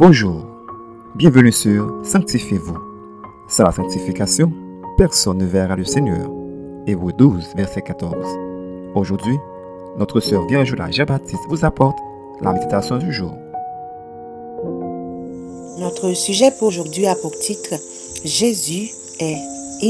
Bonjour, bienvenue sur Sanctifiez-vous. Sans la sanctification, personne ne verra le Seigneur. Hébreux 12, verset 14. Aujourd'hui, notre sœur Virginia Jean-Baptiste vous apporte la méditation du jour. Notre sujet pour aujourd'hui a pour titre « Jésus est immuable ».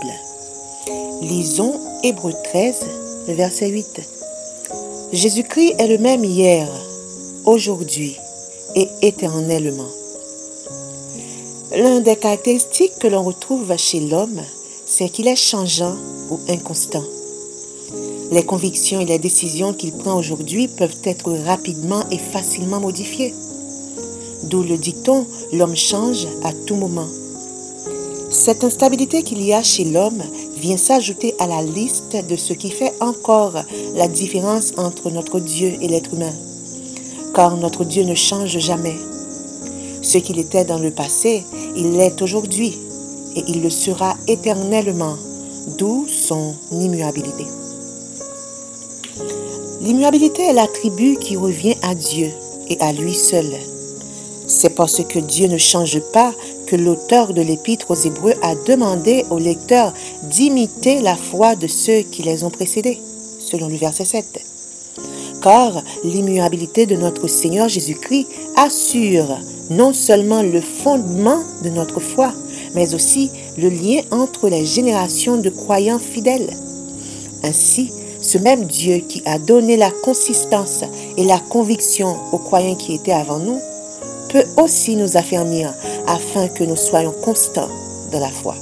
Lisons Hébreux 13, verset 8. Jésus-Christ est le même hier, aujourd'hui et éternellement. L'un des caractéristiques que l'on retrouve chez l'homme, c'est qu'il est changeant ou inconstant. Les convictions et les décisions qu'il prend aujourd'hui peuvent être rapidement et facilement modifiées. D'où le dicton « l'homme change à tout moment ». Cette instabilité qu'il y a chez l'homme vient s'ajouter à la liste de ce qui fait encore la différence entre notre Dieu et l'être humain. Car notre Dieu ne change jamais. Ce qu'il était dans le passé, il l'est aujourd'hui et il le sera éternellement, d'où son immuabilité. L'immuabilité est l'attribut qui revient à Dieu et à lui seul. C'est parce que Dieu ne change pas que l'auteur de l'Épître aux Hébreux a demandé aux lecteurs d'imiter la foi de ceux qui les ont précédés, selon le verset 7. Car l'immuabilité de notre Seigneur Jésus-Christ assure non seulement le fondement de notre foi, mais aussi le lien entre les générations de croyants fidèles. Ainsi, ce même Dieu qui a donné la consistance et la conviction aux croyants qui étaient avant nous, peut aussi nous affermir afin que nous soyons constants dans la foi.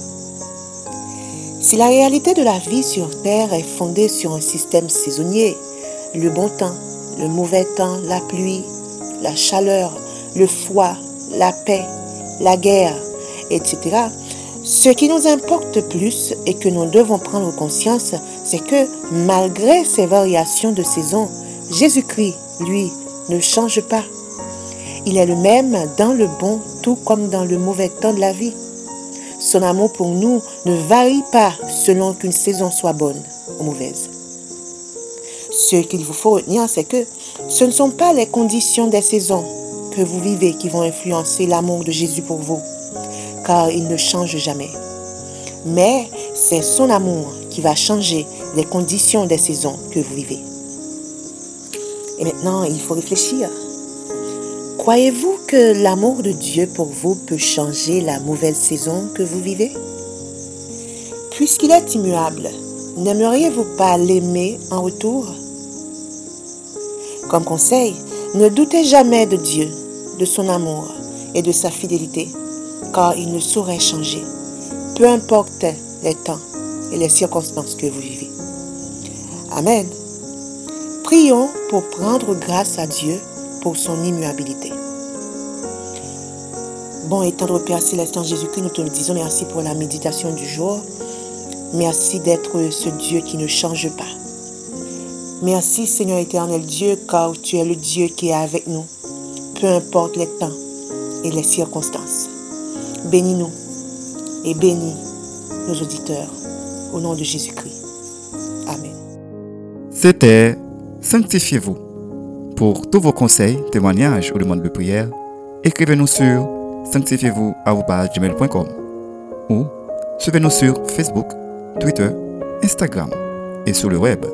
Si la réalité de la vie sur terre est fondée sur un système saisonnier, le bon temps, le mauvais temps, la pluie, la chaleur, le froid, la paix, la guerre, etc., ce qui nous importe plus et que nous devons prendre conscience, c'est que malgré ces variations de saison, Jésus-Christ, lui, ne change pas. Il est le même dans le bon tout comme dans le mauvais temps de la vie. Son amour pour nous ne varie pas selon qu'une saison soit bonne ou mauvaise. Ce qu'il vous faut retenir, c'est que ce ne sont pas les conditions des saisons que vous vivez qui vont influencer l'amour de Jésus pour vous, car il ne change jamais. Mais c'est son amour qui va changer les conditions des saisons que vous vivez. Et maintenant, il faut réfléchir. Croyez-vous que l'amour de Dieu pour vous peut changer la mauvaise saison que vous vivez? Puisqu'il est immuable, n'aimeriez-vous pas l'aimer en retour? Comme conseil, ne doutez jamais de Dieu, de son amour et de sa fidélité, car il ne saurait changer, peu importe les temps et les circonstances que vous vivez. Amen. Prions pour prendre grâce à Dieu pour son immuabilité. Bon et tendre Père Céleste en Jésus-Christ, nous te disons merci pour la méditation du jour. Merci d'être ce Dieu qui ne change pas. Merci Seigneur éternel Dieu, car tu es le Dieu qui est avec nous, peu importe les temps et les circonstances. Bénis-nous et bénis nos auditeurs, au nom de Jésus-Christ. Amen. C'était Sanctifiez-vous. Pour tous vos conseils, témoignages ou demandes de prière, écrivez-nous sur sanctifiez-vous@gmail.com ou suivez-nous sur Facebook, Twitter, Instagram et sur le web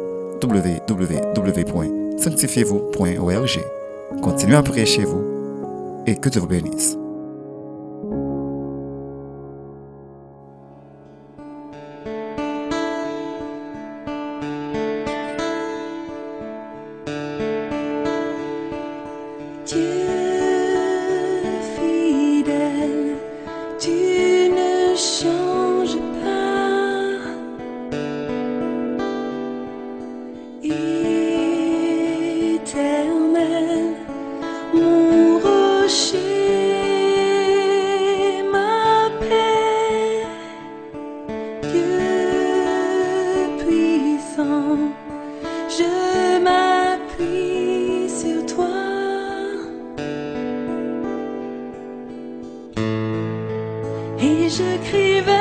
www.sanctifiez-vous.org. Continuez à prier chez vous et que Dieu vous bénisse. Dieu fidèle, tu ne changes pas. Éternel, mon rocher, ma paix. Dieu puissant, je m'appuie sur toi. Et je crie